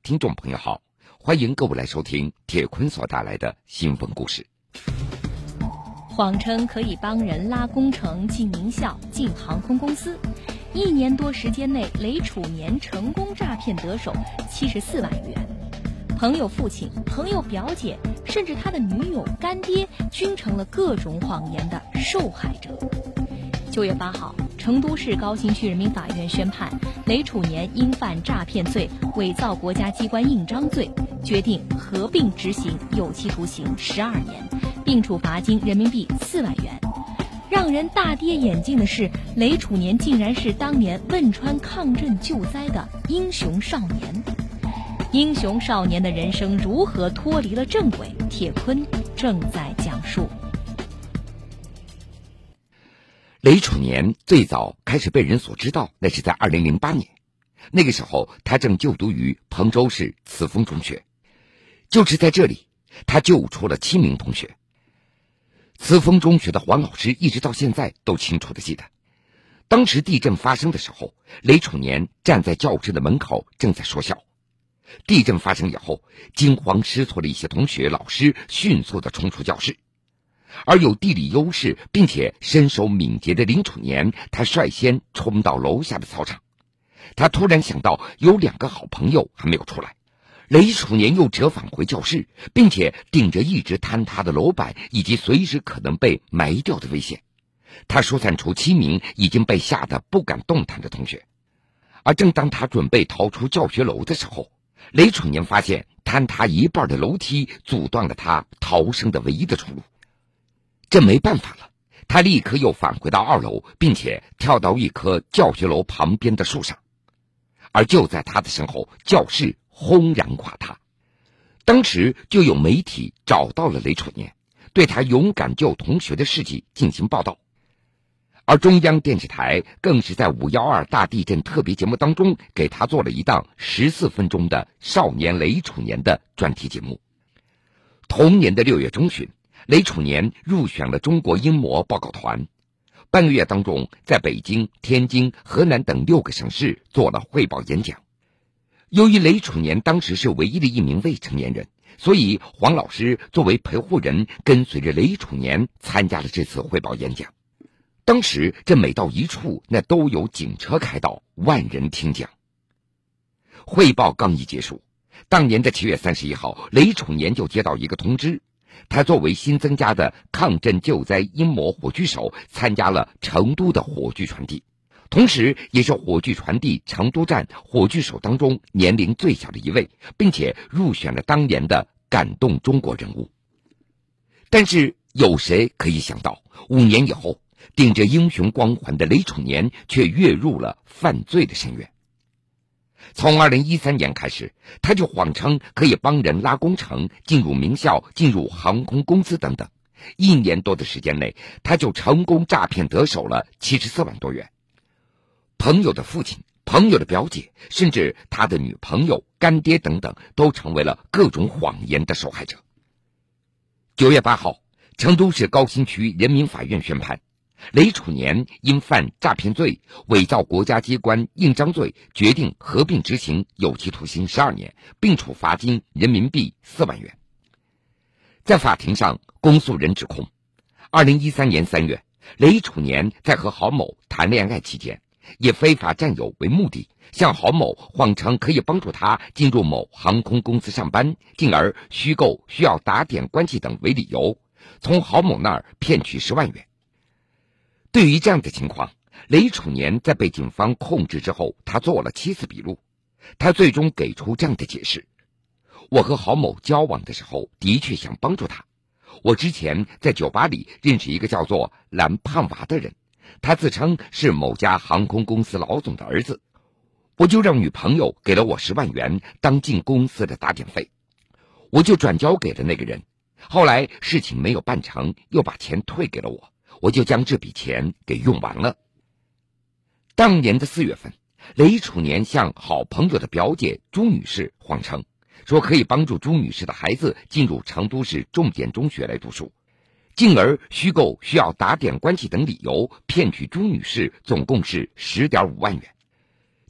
听众朋友好，欢迎各位来收听铁坤所带来的新闻故事。 谎称可以帮人拉工程、进名校、进航空公司，1年多时间内，雷楚年成功诈骗得手74万元。朋友父亲、朋友表姐，甚至他的女友、干爹，均成了各种谎言的受害者。9月8号，成都市高新区人民法院宣判雷楚年因犯诈骗罪、伪造国家机关印章罪，决定合并执行有期徒刑12年，并处罚金人民币4万元。让人大跌眼镜的是，雷楚年竟然是当年汶川抗震救灾的英雄少年。英雄少年的人生如何脱离了正轨？铁坤正在讲述。 雷楚年最早开始被人所知道，那是在2008年。那个时候，他正就读于彭州市慈丰中学。就是在这里，他救出了7名同学。慈丰中学的黄老师一直到现在都清楚地记得，当时地震发生的时候，雷楚年站在教室的门口正在说笑。地震发生以后，惊慌失措的一些同学、老师迅速地冲出教室。而有地理优势并且身手敏捷的雷楚年，他率先冲到楼下的操场。他突然想到有2个好朋友还没有出来，雷楚年又折返回教室，并且顶着一直坍塌的楼板以及随时可能被埋掉的危险，他疏散出7名已经被吓得不敢动弹的同学。而正当他准备逃出教学楼的时候，雷楚年发现坍塌一半的楼梯阻断了他逃生的唯一的出路。这没办法了，他立刻又返回到2楼，并且跳到一棵教学楼旁边的树上。而就在他的身后，教室轰然垮塌。当时就有媒体找到了雷楚年，对他勇敢救同学的事迹进行报道。而中央电视台更是在512大地震特别节目当中给他做了一档14分钟的少年雷楚年的专题节目。同年的6月中旬，雷楚年入选了中国英模报告团，半个月当中在北京、天津、河南等6个省市做了汇报演讲。由于雷楚年当时是唯一的一名未成年人，所以黄老师作为陪护人跟随着雷楚年参加了这次汇报演讲。当时这每到一处，那都有警车开道，万人听讲。汇报刚一结束，当年的7月31号，雷楚年就接到一个通知，他作为新增加的抗震救灾英模火炬手，参加了成都的火炬传递，同时也是火炬传递成都站火炬手当中年龄最小的一位，并且入选了当年的感动中国人物。但是有谁可以想到，5年以后，顶着英雄光环的雷楚年却跃入了犯罪的深渊。从2013年开始，他就谎称可以帮人拉工程、进入名校、进入航空公司等等。1年多的时间内，他就成功诈骗得手了74万多元。朋友的父亲、朋友的表姐，甚至他的女朋友、干爹等等，都成为了各种谎言的受害者。9月8号，成都市高新区人民法院宣判，雷楚年因犯诈骗罪、伪造国家机关印章罪，决定合并执行有期徒刑12年，并处罚金人民币4万元。在法庭上，公诉人指控，2013年3月，雷楚年在和郝某谈恋爱期间，以非法占有为目的，向郝某谎称可以帮助他进入某航空公司上班，进而虚构需要打点关系等为理由，从郝某那儿骗取10万元。对于这样的情况，雷楚年在被警方控制之后，他做了7次笔录。他最终给出这样的解释：我和郝某交往的时候，的确想帮助他。我之前在酒吧里认识一个叫做蓝胖娃的人，他自称是某家航空公司老总的儿子，我就让女朋友给了我10万元当进公司的打点费，我就转交给了那个人。后来事情没有办成，又把钱退给了我，我就将这笔钱给用完了。当年的4月份，雷楚年向好朋友的表姐朱女士谎称，说可以帮助朱女士的孩子进入成都市重点中学来读书，进而虚构需要打点关系等理由，骗取朱女士总共是10.5万元。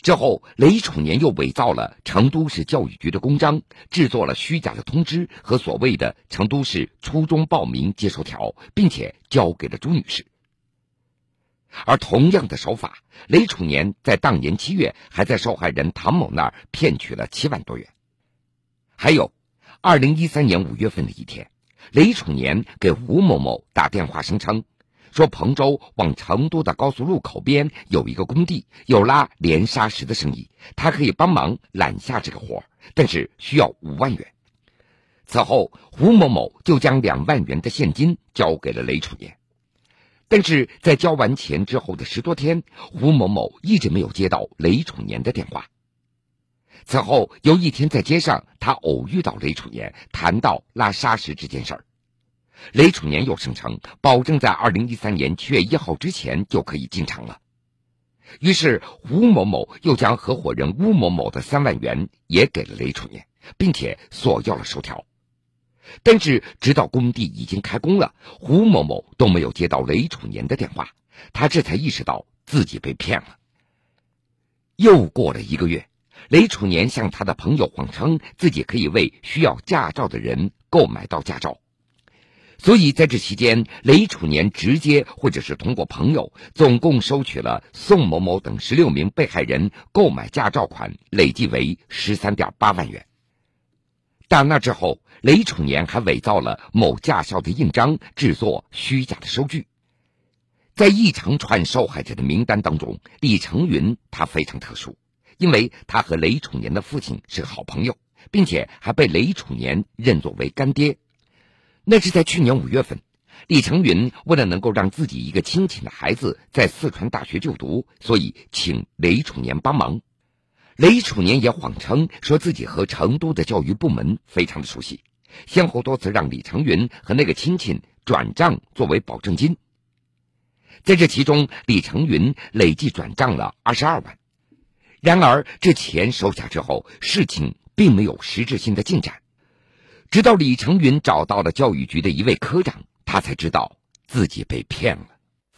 之后，雷楚年又伪造了成都市教育局的公章，制作了虚假的通知和所谓的成都市初中报名接收条，并且交给了朱女士。而同样的手法，雷楚年在当年7月还在受害人唐某那儿骗取了7万多元。还有2013年5月份的一天，雷楚年给胡某某打电话，声称说彭州往成都的高速路口边有一个工地，有拉连砂石的生意，他可以帮忙揽下这个活，但是需要5万元。此后，胡某某就将2万元的现金交给了雷楚年。但是在交完钱之后的10多天，胡某某一直没有接到雷楚年的电话。此后有一天在街上，他偶遇到雷楚年，谈到拉砂石这件事儿。雷楚年又声称保证在2013年7月1号之前就可以进场了。于是胡某某又将合伙人邬某某的3万元也给了雷楚年，并且索要了收条。但是直到工地已经开工了，胡某某都没有接到雷楚年的电话，他这才意识到自己被骗了。又过了1个月，雷楚年向他的朋友谎称自己可以为需要驾照的人购买到驾照，所以在这期间，雷楚年直接或者是通过朋友总共收取了宋某某等16名被害人购买驾照款，累计为13.8万元。打那之后，雷楚年还伪造了某驾校的印章，制作虚假的收据。在一长串受害者的名单当中，李成云他非常特殊，因为他和雷楚年的父亲是好朋友，并且还被雷楚年认作为干爹。那是在去年5月份，李成云为了能够让自己一个亲戚的孩子在四川大学就读，所以请雷楚年帮忙。雷楚年也谎称说自己和成都的教育部门非常的熟悉，先后多次让李成云和那个亲戚转账作为保证金。在这其中，李成云累计转账了22万。然而这钱收下之后，事情并没有实质性的进展。直到李成云找到了教育局的一位科长，他才知道自己被骗了。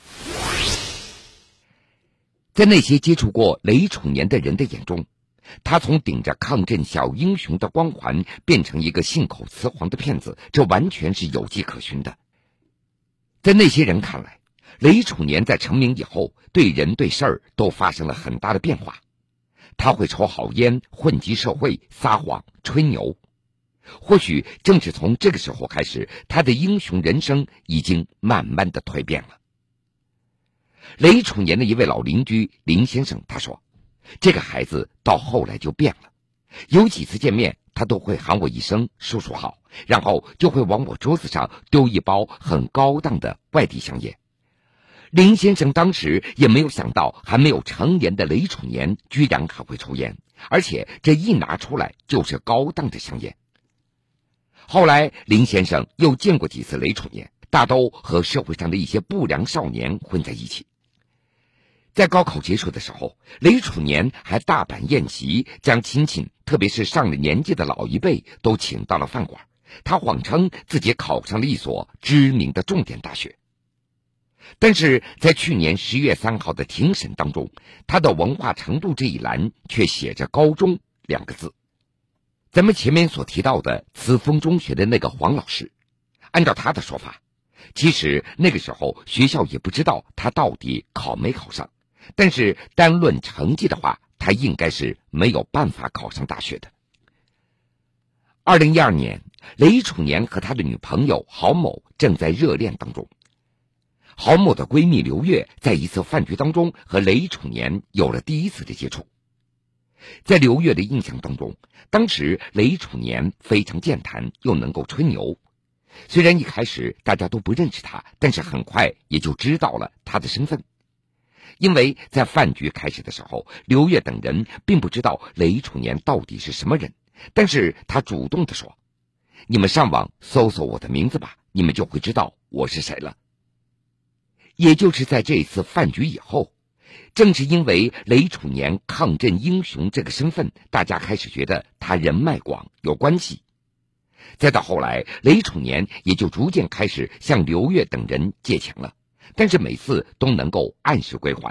在那些接触过雷楚年的人的眼中，他从顶着抗震小英雄的光环变成一个信口雌黄的骗子，这完全是有迹可循的。在那些人看来，雷楚年在成名以后，对人对事儿都发生了很大的变化。他会抽好烟，混迹社会，撒谎，吹牛。或许正是从这个时候开始，他的英雄人生已经慢慢的蜕变了。雷楚年的一位老邻居林先生他说，这个孩子到后来就变了，有几次见面他都会喊我一声叔叔好，然后就会往我桌子上丢一包很高档的外地香烟。林先生当时也没有想到还没有成年的雷楚年居然还会抽烟，而且这一拿出来就是高档的香烟。后来林先生又见过几次雷楚年，大都和社会上的一些不良少年混在一起。在高考结束的时候，雷楚年还大摆宴席，将亲戚特别是上了年纪的老一辈都请到了饭馆。他谎称自己考上了一所知名的重点大学。但是在去年10月3号的庭审当中，他的文化程度这一栏却写着高中2个字。咱们前面所提到的慈丰中学的那个黄老师，按照他的说法，其实那个时候学校也不知道他到底考没考上，但是单论成绩的话，他应该是没有办法考上大学的。2012年，雷楚年和他的女朋友郝某正在热恋当中。郝某的闺蜜刘月在一次饭局当中和雷楚年有了第一次的接触。在刘月的印象当中，当时雷楚年非常健谈，又能够吹牛。虽然一开始大家都不认识他，但是很快也就知道了他的身份。因为在饭局开始的时候，刘月等人并不知道雷楚年到底是什么人，但是他主动地说，你们上网搜搜我的名字吧，你们就会知道我是谁了。也就是在这次饭局以后，正是因为雷楚年抗震英雄这个身份，大家开始觉得他人脉广，有关系。再到后来，雷楚年也就逐渐开始向刘月等人借钱了，但是每次都能够按时归还。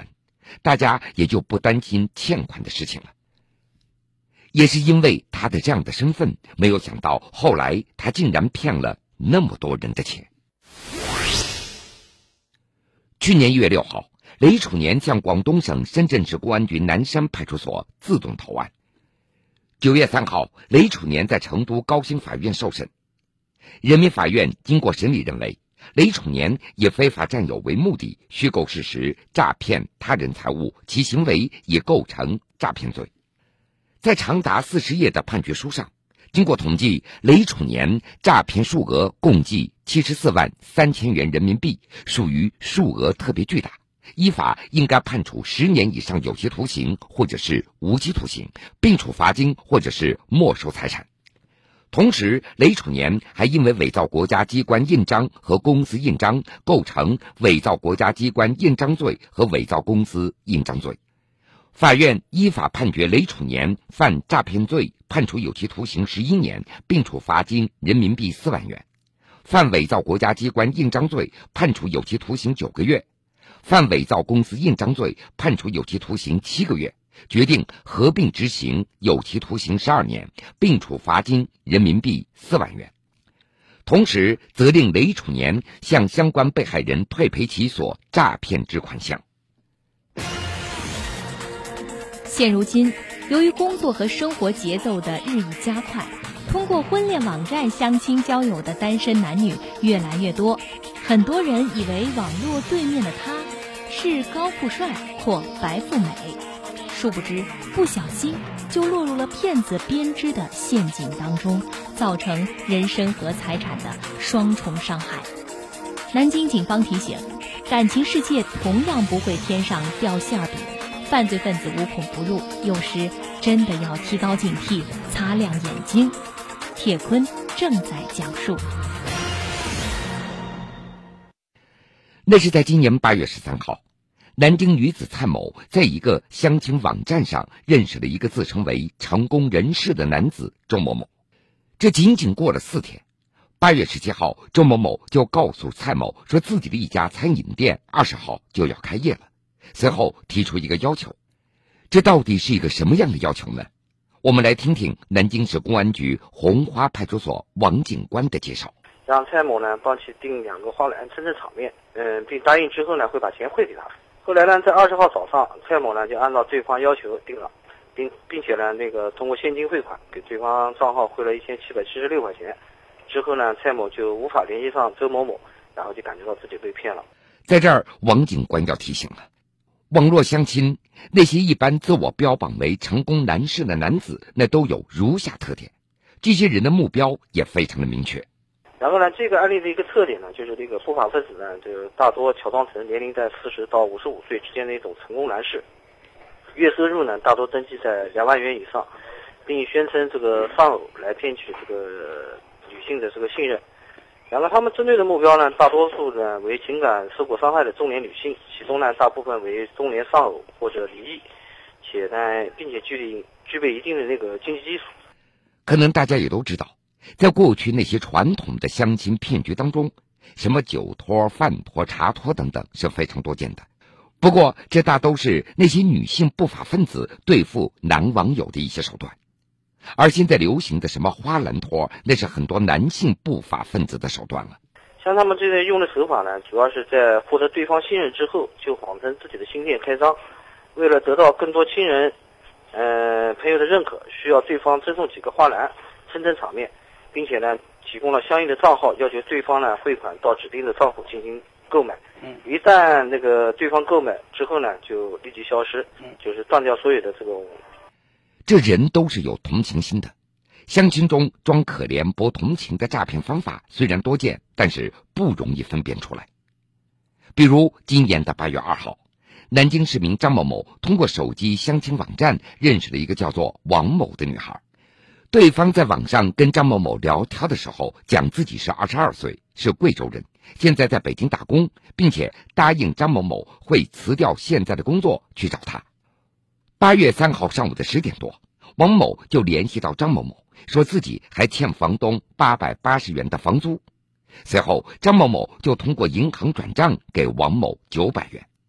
大家也就不担心欠款的事情了。也是因为他的这样的身份，没有想到后来他竟然骗了那么多人的钱。去年1月6号，雷楚年向广东省深圳市公安局南山派出所自动投案。9月3号，雷楚年在成都高新法院受审。人民法院经过审理认为，雷楚年以非法占有为目的，虚构事实，诈骗他人财物，其行为也构成诈骗罪。在长达40页的判决书上，经过统计，雷楚年诈骗数额共计74万3千元人民币，属于数额特别巨大，依法应该判处10年以上有期徒刑或者是无期徒刑，并处罚金或者是没收财产。同时，雷楚年还因为伪造国家机关印章和公司印章，构成伪造国家机关印章罪和伪造公司印章罪。法院依法判决雷楚年犯诈骗罪，判处有期徒刑11年，并处罚金人民币4万元；犯伪造国家机关印章罪，判处有期徒刑9个月；犯伪造公司印章罪，判处有期徒刑7个月，决定合并执行有期徒刑12年，并处罚金人民币4万元。同时，责令雷楚年向相关被害人退赔其所诈骗之款项。 现如今，由于工作和生活节奏的日益加快，通过婚恋网站相亲交友的单身男女越来越多，很多人以为网络对面的他是高富帅或白富美，殊不知不小心就落入了骗子编织的陷阱当中，造成人身和财产的双重伤害。南京警方提醒，感情世界同样不会天上掉馅饼，犯罪分子无孔不入，有时真的要提高警惕，擦亮眼睛。铁坤正在讲述。 那是在今年8月13号，南京女子蔡某在一个相亲网站上认识了一个自称为成功人士的男子周某某。这仅仅过了4天，8月17号，周某某就告诉蔡某说自己的一家餐饮店20号就要开业了，随后提出一个要求。这到底是一个什么样的要求呢？我们来听听南京市公安局红花派出所王警官的介绍。 让蔡某呢帮其订2个花篮撑撑场面，并答应之后呢会把钱汇给他。后来呢，在20号早上，蔡某呢就按照对方要求订了，并且呢通过现金汇款给对方账号汇了1776块钱。之后呢，蔡某就无法联系上周某某，然后就感觉到自己被骗了。 在这儿，王警官要提醒了，网络相亲那些一般自我标榜为成功男士的男子，那都有如下特点，这些人的目标也非常的明确。 然后呢，这个案例的一个特点呢，就是这个不法分子呢，就大多乔装成年龄在40到55岁之间的一种成功男士，月收入呢大多登记在2万元以上，并宣称这个丧偶来骗取这个女性的这个信任。然后他们针对的目标呢，大多数呢为情感受过伤害的中年女性，其中呢大部分为中年丧偶或者离异，并且具备一定的那个经济基础。 可能大家也都知道，在过去那些传统的相亲骗局当中，什么酒托、饭托、茶托等等是非常多见的。不过这大都是那些女性不法分子对付男网友的一些手段。而现在流行的什么花篮托，那是很多男性不法分子的手段了。 像他们这个用的手法呢，主要是在获得对方信任之后，就谎称自己的新店开张，为了得到更多亲人、朋友的认可，需要对方赠送几个花篮，撑撑场面，并且呢提供了相应的账号，要求对方呢汇款到指定的账户进行购买。一旦那个对方购买之后呢，就立即消失，就是断掉所有的这种。 这人都是有同情心的，相亲中装可怜博同情的诈骗方法虽然多见，但是不容易分辨出来。比如今年的8月2号，南京市民张某某通过手机相亲网站认识了一个叫做王某的女孩。对方在网上跟张某某聊天的时候，讲自己是22岁，是贵州人，现在在北京打工，并且答应张某某会辞掉现在的工作去找他。8月3号上午的10点多，王某就联系到张某某，说自己还欠房东880元的房租。随后张某某就通过银行转账给王某900元。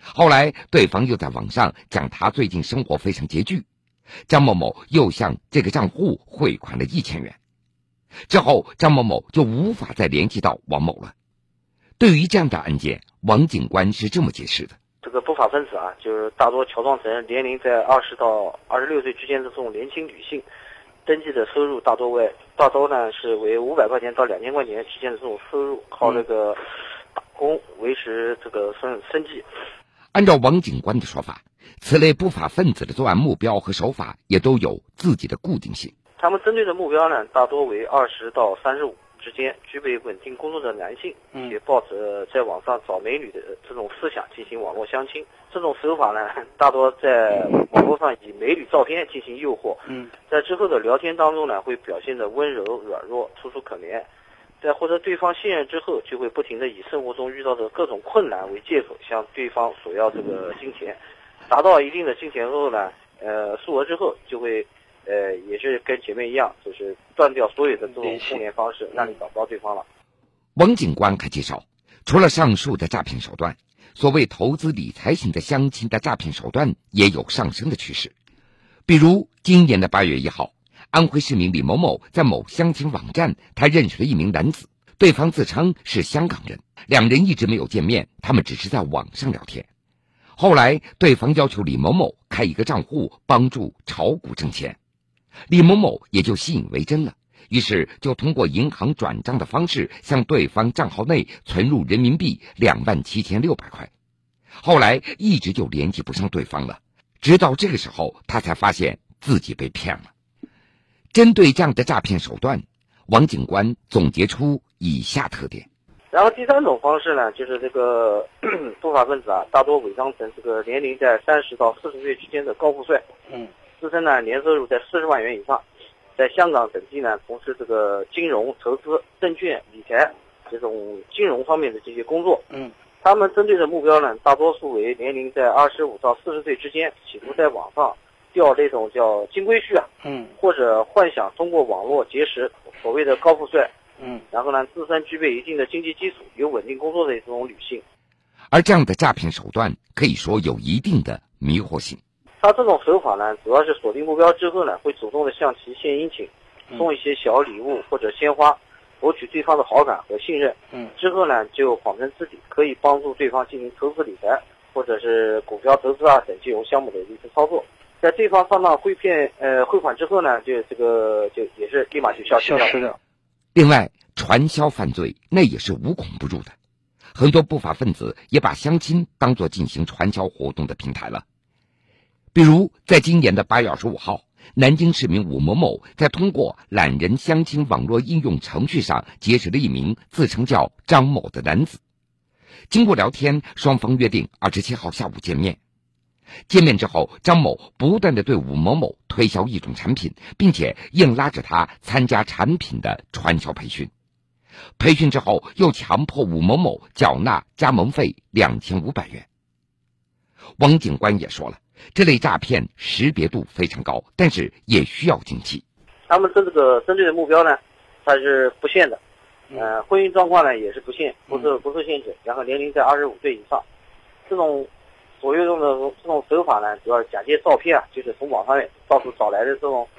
后来对方又在网上讲他最近生活非常拮据，张某某又向这个账户汇款了1000元。之后张某某就无法再联系到王某了。对于这样的案件，王警官是这么解释的： 这个不法分子啊，就是大多乔装成年龄在20到26岁之间的这种年轻女性，登记的收入大多呢是为500块钱到2000块钱之间的这种收入，靠这个打工维持这个生计。 按照王警官的说法，此类不法分子的作案目标和手法也都有自己的固定性。 他们针对的目标呢，大多为20到35之间，具备稳定工作的男性，也抱着在网上找美女的这种思想进行网络相亲。这种手法呢，大多在网络上以美女照片进行诱惑，在之后的聊天当中呢，会表现得温柔软弱、楚楚可怜。在获得对方信任之后，就会不停地以生活中遇到的各种困难为借口，向对方索要这个金钱。达到一定的金钱后呢，数额之后就会也是跟前面一样，就是断掉所有的这种互联方式，让你找不到对方了。 王警官还介绍，除了上述的诈骗手段，所谓投资理财型的相亲的诈骗手段也有上升的趋势。比如今年的8月1号，安徽市民李某某在某相亲网站，他认识了一名男子，对方自称是香港人，两人一直没有见面，他们只是在网上聊天。后来对方要求李某某开一个账户，帮助炒股挣钱，李某某也就信以为真了，于是就通过银行转账的方式向对方账号内存入人民币27600块。后来一直就联系不上对方了，直到这个时候他才发现自己被骗了。针对这样的诈骗手段，王警官总结出以下特点。 然后第三种方式呢，就是这个不法分子啊，大多伪装成这个年龄在30到40岁之间的高富帅，自身呢年收入在40万元以上，在香港等地呢从事这个金融、投资、证券、理财这种金融方面的这些工作。他们针对的目标呢，大多数为年龄在25到40岁之间，企图在网上钓那种叫金龟婿啊，或者幻想通过网络结识所谓的高富帅，然后呢，自身具备一定的经济基础、有稳定工作的这种女性。 而这样的诈骗手段可以说有一定的迷惑性。 他这种手法呢，主要是锁定目标之后呢，会主动的向其献殷勤，送一些小礼物或者鲜花，博取对方的好感和信任。之后呢，就谎称自己可以帮助对方进行投资理财，或者是股票投资啊等金融项目的一次操作。在对方上当汇款之后呢，就也是立马就消失掉。 另外，传销犯罪那也是无孔不入的，很多不法分子也把相亲当作进行传销活动的平台了。比如在今年的8月25号，南京市民武某某在通过懒人相亲网络应用程序上结识了一名自称叫张某的男子。经过聊天，双方约定27号下午见面。见面之后，张某不断地对武某某推销一种产品，并且硬拉着他参加产品的传销培训。培训之后，又强迫武某某缴纳加盟费2500元。王警官也说了，这类诈骗识别度非常高，但是也需要警惕。 他们针对的目标呢，它是不限的，婚姻状况呢也是不限，不受限制，然后年龄在25岁以上。这种所用的这种手法呢，主要是假借照片啊，就是从网上面到处找来的这种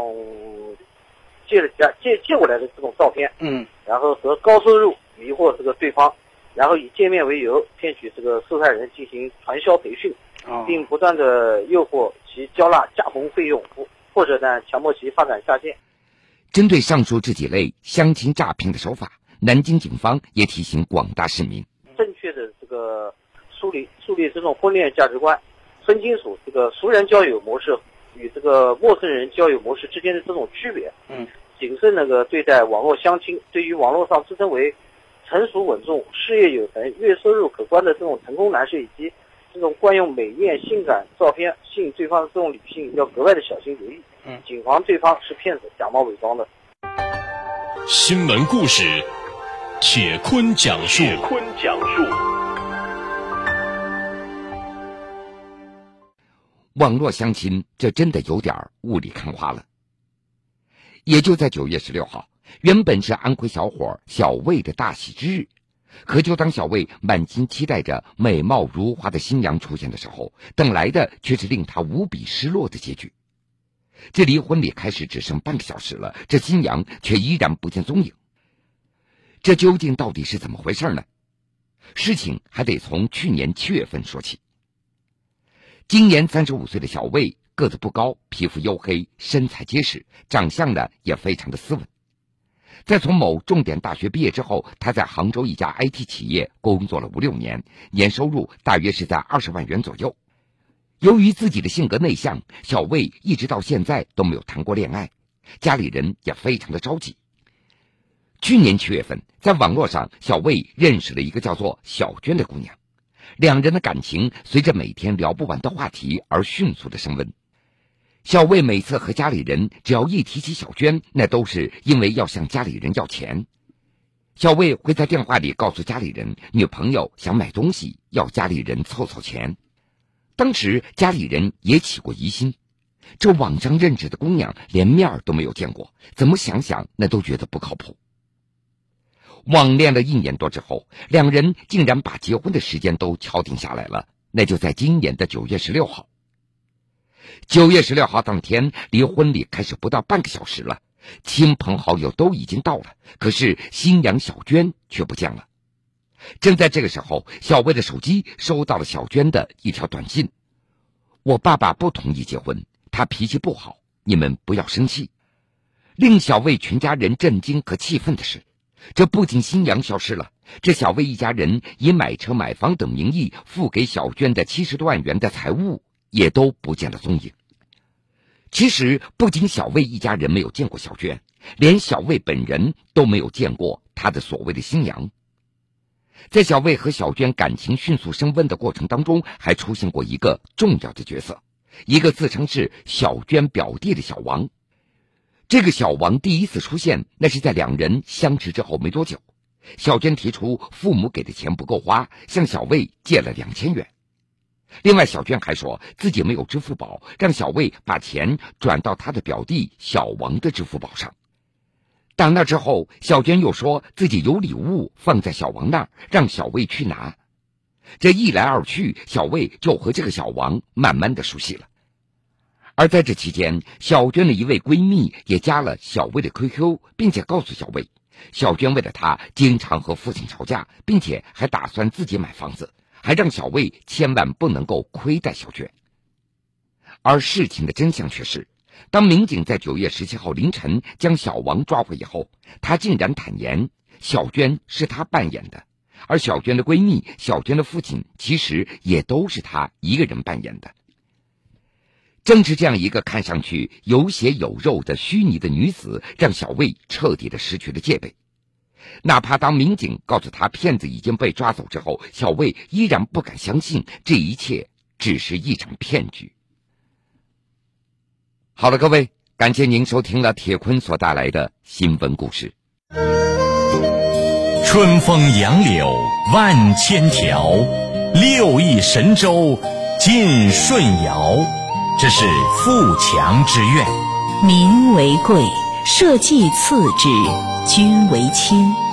借过来的这种照片，然后和高收入迷惑这个对方，然后以见面为由骗取这个受害人进行传销培训，并不断的诱惑其交纳加盟费用，或者呢强迫其发展下线。 针对上述这几类相亲诈骗的手法，南京警方也提醒广大市民， 正确的这个树立这种婚恋价值观，分清楚这个熟人交友模式与这个陌生人交友模式之间的这种区别。谨慎对待网络相亲，对于网络上自称为成熟稳重、事业有成、月收入可观的这种成功男士，以及这种惯用美艳性感照片吸引对方的这种女性，要格外的小心留意，谨防对方是骗子假冒伪装的。 新闻故事，铁坤讲述。 网络相亲这真的有点雾里看花了。也就在9月16号，原本是安徽小伙小魏的大喜之日， 可就当小魏满心期待着美貌如花的新娘出现的时候，等来的却是令他无比失落的结局。这离婚礼开始只剩半个小时了，这新娘却依然不见踪影。这究竟到底是怎么回事呢？事情还得从去年7月份说起。今年35岁的小魏个子不高，皮肤黝黑，身材结实，长相呢也非常的斯文。在从某重点大学毕业之后，他在杭州一家 IT 企业工作了5、6年，年收入大约是在20万元左右。由于自己的性格内向，小魏一直到现在都没有谈过恋爱，家里人也非常的着急。去年7月份，在网络上，小魏认识了一个叫做小娟的姑娘，两人的感情随着每天聊不完的话题而迅速的升温。小魏每次和家里人只要一提起小娟，那都是因为要向家里人要钱。小魏会在电话里告诉家里人，女朋友想买东西，要家里人凑凑钱。当时家里人也起过疑心，这网上认识的姑娘连面都没有见过，怎么想想那都觉得不靠谱。网恋了1年多之后，两人竟然把结婚的时间都敲定下来了，那就在今年的9月16号。9月16号当天，离婚礼开始不到半个小时了，亲朋好友都已经到了，可是新娘小娟却不见了。正在这个时候，小魏的手机收到了小娟的一条短信：我爸爸不同意结婚，他脾气不好，你们不要生气。令小魏全家人震惊和气愤的是，这不仅新娘消失了，这小魏一家人以买车买房等名义付给小娟的70多万元的财物也都不见了踪影。其实不仅小魏一家人没有见过小娟，连小魏本人都没有见过他的所谓的新娘。在小魏和小娟感情迅速升温的过程当中，还出现过一个重要的角色，一个自称是小娟表弟的小王。这个小王第一次出现，那是在两人相识之后没多久。小娟提出父母给的钱不够花，向小魏借了2000元。另外，小娟还说自己没有支付宝，让小魏把钱转到他的表弟小王的支付宝上。打那之后，小娟又说自己有礼物放在小王那儿，让小魏去拿。这一来二去，小魏就和这个小王慢慢的熟悉了。而在这期间，小娟的一位闺蜜也加了小魏的 QQ， 并且告诉小魏，小娟为了她经常和父亲吵架，并且还打算自己买房子，还让小魏千万不能够亏待小娟。而事情的真相却是，当民警在9月17号凌晨将小王抓获以后，他竟然坦言小娟是他扮演的，而小娟的闺蜜、小娟的父亲其实也都是他一个人扮演的。正是这样一个看上去有血有肉的虚拟的女子，让小魏彻底的失去了戒备。哪怕当民警告诉他骗子已经被抓走之后，小魏依然不敢相信这一切只是一场骗局。好了，各位，感谢您收听了铁坤所带来的新闻故事。 春风杨柳万千条，6亿神州尽舜尧。这是富强之愿。 民为贵，社稷次之，君为轻。